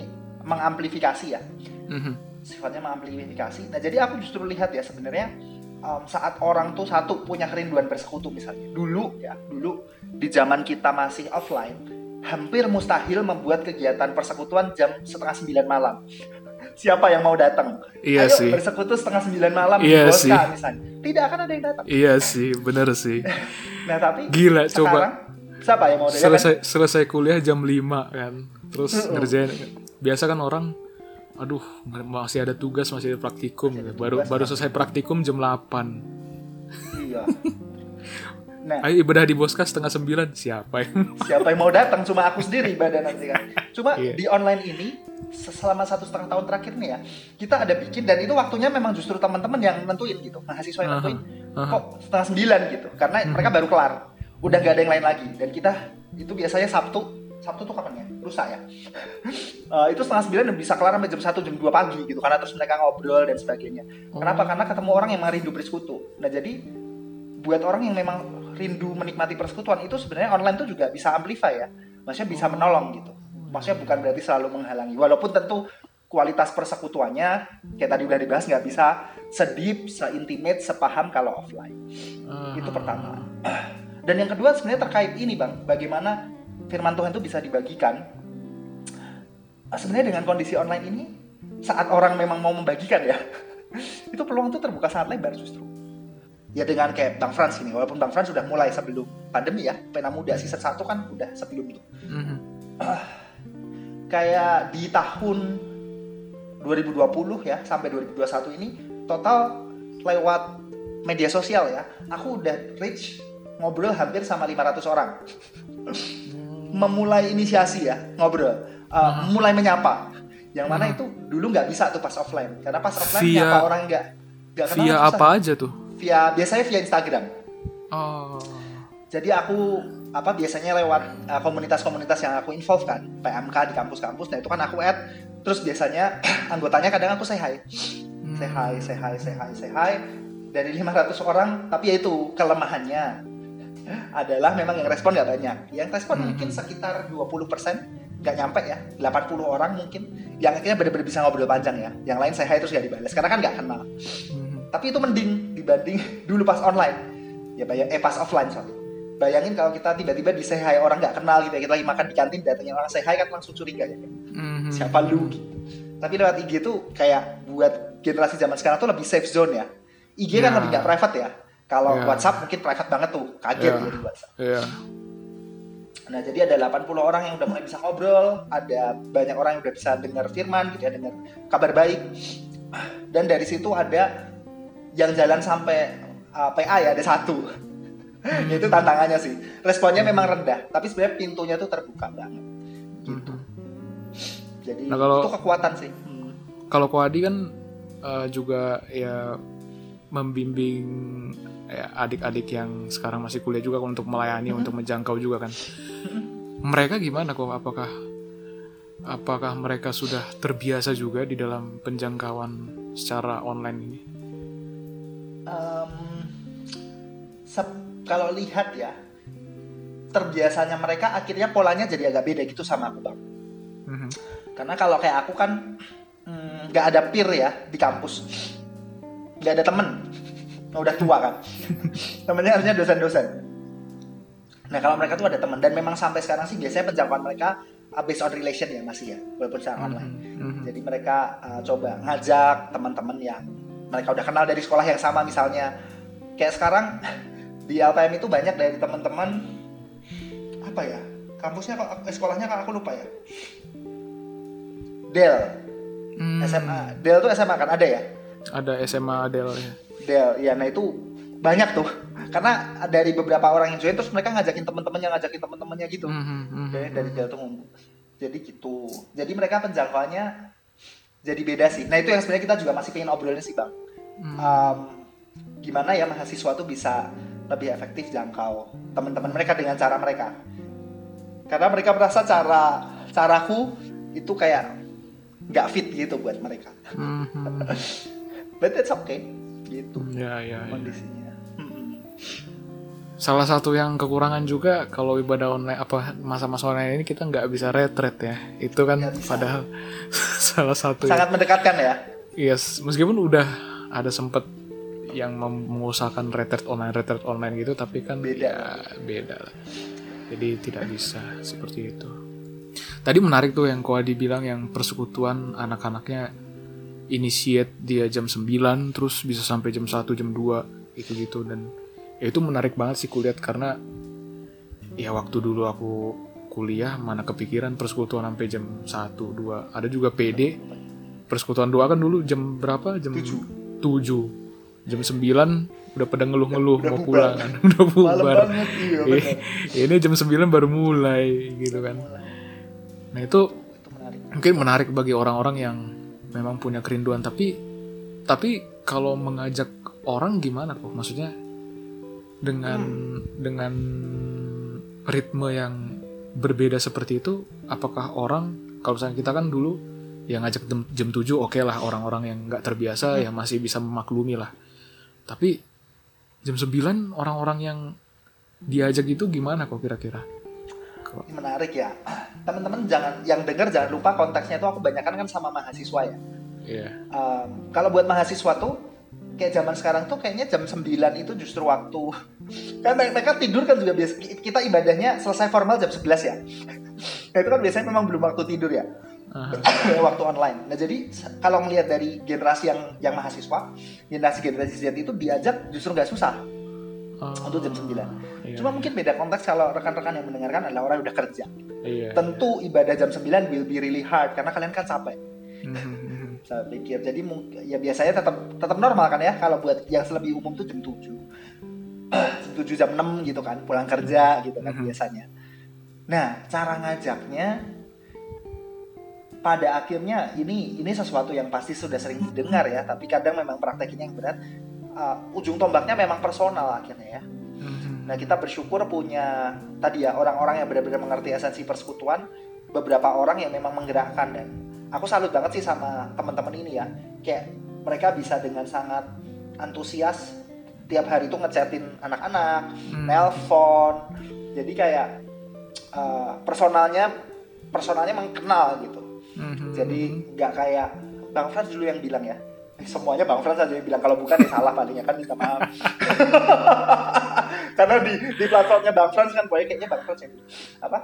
mengamplifikasi ya.
Mhm.
Sifatnya mengamplifikasi. Nah, jadi aku justru lihat ya sebenarnya um, saat orang tuh satu punya kerinduan bersekutu misalnya. Dulu ya, dulu di zaman kita masih offline, hampir mustahil membuat kegiatan persekutuan jam setengah sembilan malam. Siapa yang mau datang?
Iya
Ayo
sih.
bersekutu setengah sembilan malam
Iya
di Boska
sih.
misalnya. Tidak akan ada yang datang.
Iya sih, bener sih.
Nah, tapi
Gila,
sekarang,
coba.
siapa yang mau datang?
Selesai selesai kuliah jam lima kan. Terus
Mm-mm.
ngerjain, biasa kan orang, aduh masih ada tugas, masih ada praktikum
Masih ada
gitu. Baru
tugas,
baru
kan.
selesai praktikum jam delapan.
Iya. Nah,
Ayo ibadah di Boska setengah sembilan. Siapa yang
siapa yang mau datang? Cuma aku sendiri ibadah nanti kan. Cuma
Iya.
di online ini selama satu setengah tahun terakhir nih ya, kita ada bikin dan itu waktunya memang justru teman-teman yang nentuin gitu, mahasiswa yang nentuin.
Aha.
Kok setengah sembilan gitu? Karena mereka baru kelar, udah nggak ada yang lain lagi. Dan kita itu biasanya Sabtu, Sabtu tuh kapan ya? Lusa ya. Eh, itu setengah sembilan dan bisa kelar sampai jam satu, jam dua pagi gitu. Karena terus mereka ngobrol dan sebagainya. Kenapa? Karena ketemu orang yang memang rindu bersekutu. Nah jadi buat orang yang memang rindu menikmati persekutuan itu sebenarnya online tuh juga bisa amplify ya, maksudnya bisa menolong gitu, maksudnya bukan berarti selalu menghalangi, walaupun tentu kualitas persekutuannya kayak tadi udah dibahas nggak bisa sedip, seintimate, sepaham kalau offline. Itu pertama. Dan yang kedua sebenarnya terkait ini bang, bagaimana firman Tuhan itu bisa dibagikan. Sebenarnya dengan kondisi online ini, saat orang memang mau membagikan ya, itu peluang itu terbuka sangat lebar justru. Ya dengan kayak Bang Frans ini, walaupun Bang Frans sudah mulai sebelum pandemi ya, Pena Muda season satu kan udah sebelum itu.
Mhm.
Uh, kayak di tahun dua ribu dua puluh ya sampai dua ribu dua puluh satu ini total lewat media sosial ya, aku udah reach ngobrol hampir sama lima ratus orang. Memulai inisiasi ya, ngobrol, uh, mulai menyapa. Yang mana itu dulu nggak bisa tuh pas offline, karena pas offline
Via-
nyapa orang nggak nggak kenal
Via
susah.
apa aja tuh?
Via biasanya via Instagram.
Oh.
Jadi aku apa biasanya lewat uh, komunitas-komunitas yang aku involve kan, P M K di kampus-kampus. Nah itu kan aku add, terus biasanya anggotanya kadang aku say hi, say hi, say hi, say hi, say hi. Dari lima ratus orang, tapi ya itu kelemahannya adalah memang yang respon nggak banyak. Yang respon mungkin sekitar dua puluh persen, nggak nyampe ya, delapan puluh orang mungkin. Yang akhirnya benar-benar bisa ngobrol panjang ya. Yang lain say hi terus nggak dibalas, karena kan nggak kenal. Tapi itu mending dibanding dulu pas online. Ya bayang, eh pas offline sorry. Bayangin kalau kita tiba-tiba di say hi orang nggak kenal gitu ya, kita lagi makan di kantin datangnya orang say hi kan langsung curiga ya.
Mhm.
Siapa lu gitu. Tapi lewat I G tuh kayak buat generasi zaman sekarang tuh lebih safe zone ya. I G kan
Ya.
lebih nggak private ya. Kalau
Ya.
WhatsApp mungkin private banget tuh, kaget
Ya.
ya di WhatsApp.
Iya.
Nah jadi ada delapan puluh orang yang udah mulai bisa ngobrol, ada banyak orang yang udah bisa dengar firman gitu ya, dengar kabar baik. Dan dari situ ada yang jalan sampai uh, P A ya, ada satu. Itu tantangannya sih. Responnya memang rendah, tapi sebenarnya pintunya tuh terbuka banget. Gitu. Jadi
Nah, kalau-
itu kekuatan sih. Hmm.
Kalau Ko Adi kan eh, juga ya membimbing ya, adik-adik yang sekarang masih kuliah juga untuk melayani, untuk menjangkau juga kan. Mereka gimana kok? Apakah apakah mereka sudah terbiasa juga di dalam penjangkauan secara online ini?
Um, sep- kalau lihat ya, terbiasanya mereka akhirnya polanya jadi agak beda gitu sama aku bang.
Mhm.
Karena kalau kayak aku kan mm, nggak ada peer ya di kampus, nggak ada temen, udah tua kan. Temennya harusnya dosen-dosen. Nah kalau mereka tuh ada teman dan memang sampai sekarang sih biasanya penjangkauan mereka uh, based on relation ya masih ya, walaupun secara online.
Mhm.
Jadi mereka uh, coba ngajak teman-teman yang mereka udah kenal dari sekolah yang sama misalnya. Kayak sekarang di L P M itu banyak dari teman-teman apa ya? Kampusnya kok eh, sekolahnya kok aku lupa ya. Del,
Hmm,
S M A. Del tuh S M A kan ada ya?
Ada S M A Adel ya.
Del, ya nah itu banyak tuh. Karena dari beberapa orang yang join terus mereka ngajakin teman-temannya, ngajakin teman-temannya gitu.
Mhm, mhm.
Oke, dari Del tuh ngumpul. Jadi gitu. Jadi mereka penjangkauannya jadi beda sih. Nah itu yang sebenarnya kita juga masih pengen obrolin sih bang. Um, gimana ya mahasiswa tuh bisa lebih efektif jangkau teman-teman mereka dengan cara mereka. Karena mereka merasa cara caraku itu kayak nggak fit gitu buat mereka.
Mhm.
But it's okay gitu
Ya, ya, ya.
kondisinya. Mm-mm.
salah satu yang kekurangan juga kalau ibadah online apa masa-masa online ini kita nggak bisa retret ya. Itu kan padahal salah satu
sangat
ya.
mendekatkan ya.
Yes, meskipun udah ada sempet yang mengusahakan retret online retret online gitu, tapi kan
Beda.
ya beda lah. Jadi tidak bisa seperti itu. Tadi menarik tuh yang Koadi bilang yang persekutuan anak-anaknya initiate dia jam sembilan terus bisa sampai jam satu jam dua gitu-gitu, dan ya itu menarik banget sih kulihat karena ya waktu dulu aku kuliah mana kepikiran persekutuan sampai jam satu dua. Ada juga P D persekutuan doa kan dulu jam berapa? Jam tujuh. Jam sembilan udah pada ngeluh-ngeluh
Udah
mau
bubar.
pulang kan. Udah bubar.
Malam banget, iya, benar.
Ini jam sembilan baru mulai gitu kan. Nah, itu
Itu menarik.
mungkin menarik bagi orang-orang yang memang punya kerinduan, tapi tapi kalau mengajak orang gimana kok? Maksudnya dengan dengan ritme yang berbeda seperti itu, apakah orang kalau misalnya kita kan dulu yang ngajak jam, jam tujuh oke lah, orang-orang yang nggak terbiasa ya masih bisa memaklumi lah. Tapi jam sembilan orang-orang yang diajak itu gimana kok kira-kira? Kok-
Ini menarik ya. Teman-teman jangan yang dengar jangan lupa konteksnya itu aku banyakan kan sama mahasiswa ya.
Iya.
Um, kalau buat mahasiswa tuh kayak zaman sekarang tuh kayaknya jam sembilan itu justru waktu kan mereka tidur kan juga biasa, kita ibadahnya selesai formal jam sebelas ya. Nah itu kan biasanya memang belum waktu tidur ya.
Aha.
Waktu online. Nah jadi kalau melihat dari generasi yang yang mahasiswa, generasi generasi Z itu diajak justru nggak susah
Oh,
untuk jam sembilan.
iya.
Cuma mungkin beda konteks kalau rekan-rekan yang mendengarkan adalah orang yang udah kerja.
Iya.
Tentu ibadah jam sembilan will be really hard karena kalian kan capek.
Mhm.
Saya pikir jadi mung- ya biasanya tetap tetap normal kan ya kalau buat yang lebih umum tuh jam tujuh. jam tujuh jam enam gitu kan pulang kerja gitu kan
Mhm.
biasanya. Nah, cara ngajaknya pada akhirnya ini ini sesuatu yang pasti sudah sering didengar ya, tapi kadang memang prakteknya yang berat. Uh, ujung tombaknya memang personal akhirnya ya.
Mhm.
Nah, kita bersyukur punya tadi ya orang-orang yang benar-benar mengerti esensi persekutuan, beberapa orang yang memang menggerakkan, dan aku salut banget sih sama teman-teman ini ya. Kayak mereka bisa dengan sangat antusias tiap hari itu ngechatin anak-anak,
Hmm.
nelpon. Jadi kayak uh, personalnya personalnya mengenal gitu.
Mhm.
Jadi nggak kayak Bang Frans dulu yang bilang ya. Eh, semuanya Bang Frans aja yang bilang, kalau bukan ya salah palingnya kan, minta maaf. Karena di di platformnya Bang Frans kan pokoknya kayaknya Bang Frans yang apa?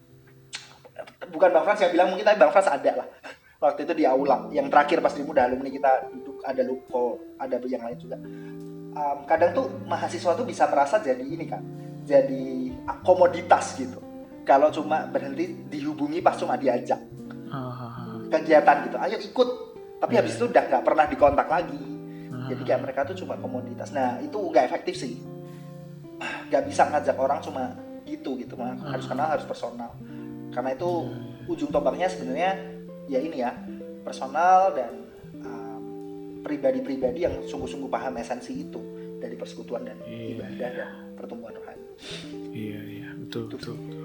Bukan Bang Frans yang bilang, mungkin tapi Bang Frans ada lah. Waktu itu di aula yang terakhir pas di muda alumni kita duduk, ada Luko, ada yang lain juga. Um, kadang tuh mahasiswa tuh bisa merasa jadi ini kan, jadi komoditas gitu. Kalau cuma berhenti dihubungi pas cuma diajak
Ah,
kegiatan gitu, ayo ikut, tapi habis itu udah nggak pernah dikontak lagi.
ah,
Jadi kayak mereka tuh cuma komoditas. Nah itu nggak efektif sih, nggak bisa ngajak orang cuma gitu gitu, mah harus kenal, harus personal. Karena itu ujung tombaknya sebenarnya ya ini ya, personal dan um, pribadi-pribadi yang sungguh-sungguh paham esensi itu dari persekutuan dan
Iya.
ibadah dan pertumbuhan rohani.
Iya, iya, betul, betul, betul.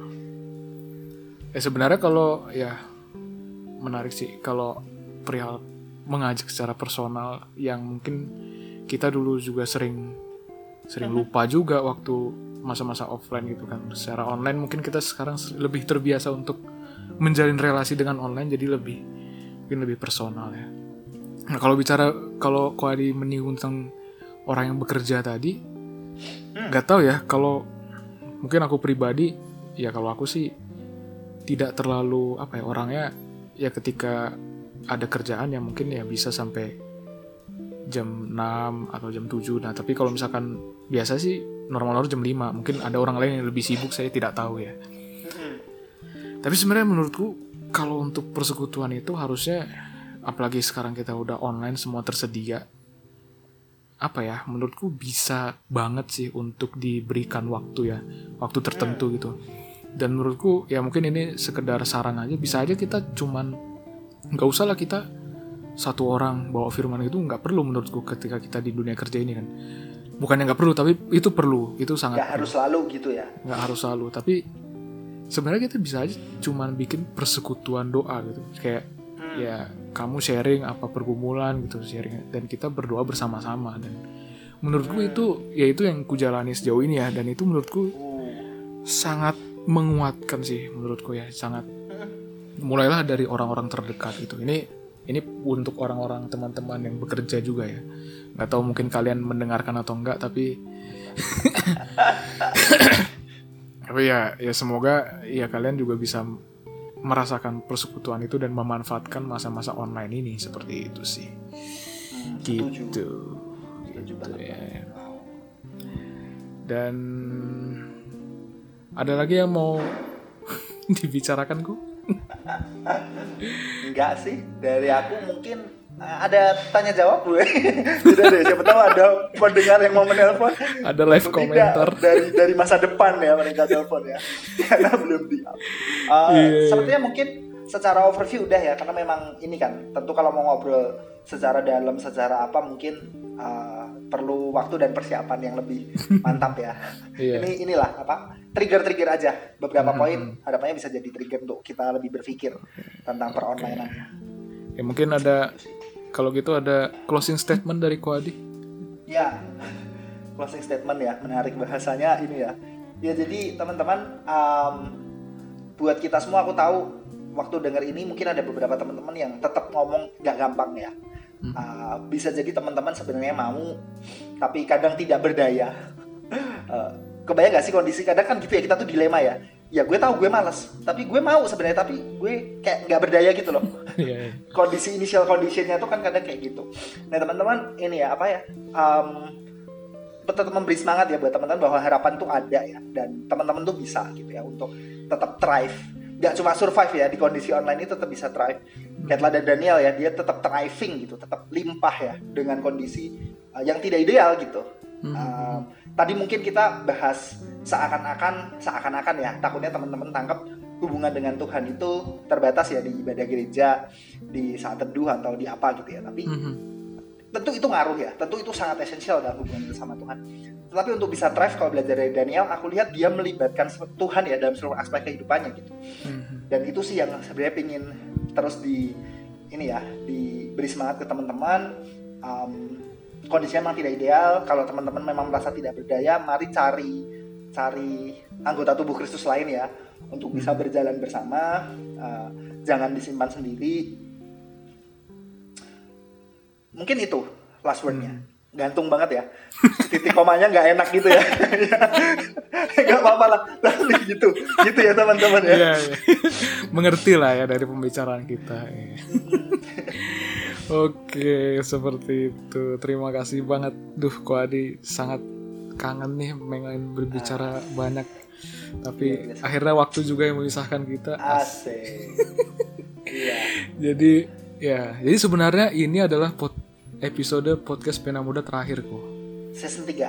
Ya sebenarnya kalau ya menarik sih kalau perihal mengajak secara personal yang mungkin kita dulu juga sering sering lupa juga waktu masa-masa offline gitu kan. Secara online mungkin kita sekarang lebih terbiasa untuk menjalin relasi dengan online, jadi lebih mungkin lebih personal ya. Nah, kalau bicara kalau Koadi menyinggung tentang orang yang bekerja tadi, nggak tahu ya, kalau mungkin aku pribadi ya, kalau aku sih tidak terlalu apa ya, orangnya ya ketika ada kerjaan yang mungkin ya bisa sampai jam enam atau jam tujuh. Nah, tapi kalau misalkan biasa sih normal-normal jam lima. Mungkin ada orang lain yang lebih sibuk, saya tidak tahu ya. Tapi sebenarnya menurutku kalau untuk persekutuan itu harusnya, apalagi sekarang kita udah online semua tersedia, apa ya, menurutku bisa banget sih untuk diberikan waktu ya, waktu tertentu gitu. Dan menurutku ya mungkin ini sekedar saran aja, bisa aja kita cuman nggak usah lah kita satu orang bawa firman itu, nggak perlu menurutku ketika kita di dunia kerja ini kan. Bukannya nggak perlu, tapi itu perlu, itu sangat
Nggak harus selalu gitu ya.
nggak harus selalu, tapi sebenarnya kita bisa aja cuman bikin persekutuan doa gitu, kayak ya kamu sharing apa pergumulan gitu, sharing, dan kita berdoa bersama-sama, dan menurutku itu ya itu yang kujalani sejauh ini ya, dan itu menurutku sangat menguatkan sih menurutku ya, sangat. Mulailah dari orang-orang terdekat itu. Ini ini untuk orang-orang teman-teman yang bekerja juga ya. Nggak tahu mungkin kalian mendengarkan atau enggak, tapi tapi ya ya semoga ya kalian juga bisa merasakan persekutuan itu dan memanfaatkan masa-masa online ini seperti itu sih.
Hmm,
Gitu.
Setuju
Gitu
banget.
ya. Dan ada lagi yang mau dibicarakan kok?
Enggak sih, dari aku mungkin uh, ada tanya jawab gue. Udah deh, siapa tahu ada pendengar yang mau menelpon.
Ada live
Tidak,
komentar.
dari dari masa depan ya mereka telepon ya, karena belum di up. Uh,
Iya.
Sepertinya mungkin secara overview udah ya, karena memang ini kan tentu kalau mau ngobrol secara dalam, secara apa mungkin uh, perlu waktu dan persiapan yang lebih mantap ya.
Iya.
Ini inilah apa trigger-trigger aja beberapa
Hmm.
poin, harapannya bisa jadi trigger untuk kita lebih berpikir tentang peronlineinannya.
Ya mungkin ada, kalau gitu ada closing statement dari Ko Adi.
Ya, closing statement ya, menarik bahasanya ini ya. Ya jadi teman-teman, um, buat kita semua aku tahu waktu dengar ini mungkin ada beberapa teman-teman yang tetap ngomong gak gampang ya. Uh, bisa jadi teman-teman sebenarnya mau, tapi kadang tidak berdaya. Uh, kebayang gak sih kondisi kadang kan gitu ya, kita tuh dilema ya. Ya gue tahu gue malas, tapi gue mau sebenarnya, tapi gue kayak nggak berdaya gitu loh.
Iya.
Kondisi initial conditionnya tuh kan kadang kayak gitu. Nah teman-teman ini ya apa ya, um, tetap memberi semangat ya buat teman-teman bahwa harapan tuh ada ya, dan teman-teman tuh bisa gitu ya untuk tetap thrive. Gak cuma survive ya, di kondisi online ini tetap bisa thrive. Kayak dan Daniel ya, dia tetap thriving gitu, tetap limpah ya dengan kondisi uh, yang tidak ideal gitu. Uh, tadi mungkin kita bahas seakan-akan seakan-akan ya, takutnya teman-teman tangkap hubungan dengan Tuhan itu terbatas ya di ibadah gereja, di saat teduh atau di apa gitu ya. Tapi
Mhm.
tentu itu ngaruh ya, tentu itu sangat esensial dalam hubungan kita sama Tuhan. Tetapi untuk bisa thrive, kalau belajar dari Daniel, aku lihat dia melibatkan Tuhan ya dalam seluruh aspek kehidupannya gitu.
Mhm.
Dan itu sih yang sebenarnya pingin terus di ini ya, diberi semangat ke teman-teman. Um, kondisinya memang tidak ideal. Kalau teman-teman memang merasa tidak berdaya, mari cari cari anggota tubuh Kristus lain ya untuk bisa berjalan bersama. Uh, jangan disimpan sendiri. Mungkin itu last word-nya. Gantung banget ya. Titik komanya nggak enak gitu ya. Nggak apa-apa lah. Tapi gitu. Gitu ya teman-teman ya.
Iya, iya. Mengerti lah ya dari pembicaraan kita. Iya. Oke, seperti itu. Terima kasih banget. Duh, Ko Adi sangat kangen nih pengen berbicara banyak. Tapi
Iya, biasa.
akhirnya waktu juga yang memisahkan kita.
Asik. Iya.
Jadi ya, jadi sebenarnya ini adalah pod- episode podcast Pena Muda terakhir kok.
Season tiga.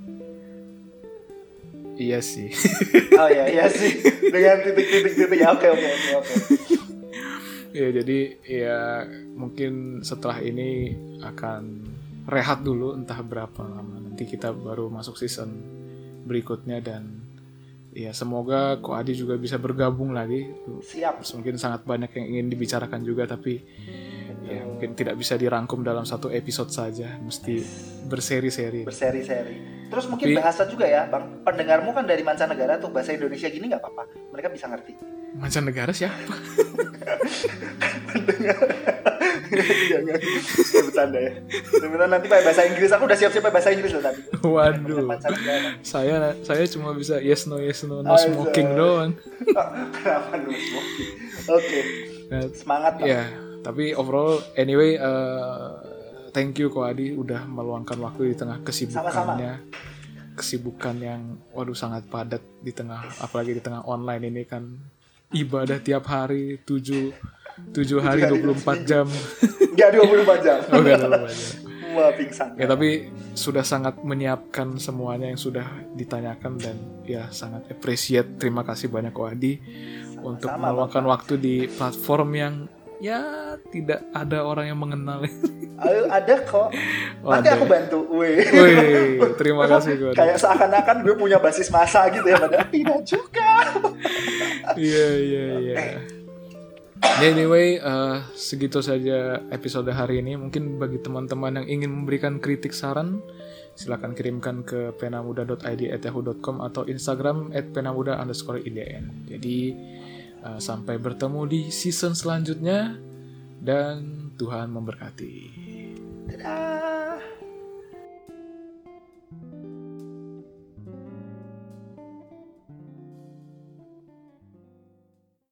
Iya sih.
Oh ya, iya sih. Dengan titik-titik-titik. Ya, oke, oke, oke, oke.
Ya jadi ya mungkin setelah ini akan rehat dulu entah berapa lama. Nanti kita baru masuk season berikutnya, dan ya semoga Ko Adi juga bisa bergabung lagi.
Siap.
Mungkin sangat banyak yang ingin dibicarakan juga, tapi ya mungkin tidak bisa dirangkum dalam satu episode saja, mesti berseri-seri.
Berseri-seri. Terus mungkin
Tapi-
bahasa juga ya, Bang. Pendengarmu kan dari mancanegara tuh, bahasa Indonesia gini nggak apa-apa. Mereka bisa ngerti.
Mancanegara siapa?
Iya, nggak. Ya, bercanda ya. Sebenarnya nanti pakai bahasa Inggris. Aku udah siap-siap pakai bahasa Inggris loh tadi.
Waduh.
Mancanegara.
Saya saya cuma bisa yes no yes no no
Ah,
smoking
iya.
doang.
Oh, kenapa lu smoking? Oke.
Nah,
Semangat, Bang.
ya, tapi overall anyway uh, thank you Ko Adi udah meluangkan waktu di tengah kesibukannya. Kesibukan yang waduh sangat padat di tengah, apalagi di tengah online ini kan ibadah tiap hari tujuh tujuh hari dua puluh empat jam.
Nggak dua puluh empat jam.
Oh, nggak dua puluh empat jam.
Wah, pingsan.
Ya tapi sudah sangat menyiapkan semuanya yang sudah ditanyakan, dan ya sangat appreciate. Terima kasih banyak Ko Adi untuk
Sama-sama,
meluangkan waktu di platform yang ya tidak ada orang yang mengenal.
Ayo, ada kok. Nanti
Ada.
aku bantu. Wih.
Wih, terima kasih Ko Adi.
Kayak seakan-akan gue punya basis massa gitu ya, padahal tidak juga.
Iya iya iya. Ya, anyway, uh, segitu saja episode hari ini. Mungkin bagi teman-teman yang ingin memberikan kritik saran, silakan kirimkan ke penamuda dot i d at yahoo dot com atau Instagram at penamuda underscore idn. Jadi uh, sampai bertemu di season selanjutnya dan Tuhan memberkati.
Dadah.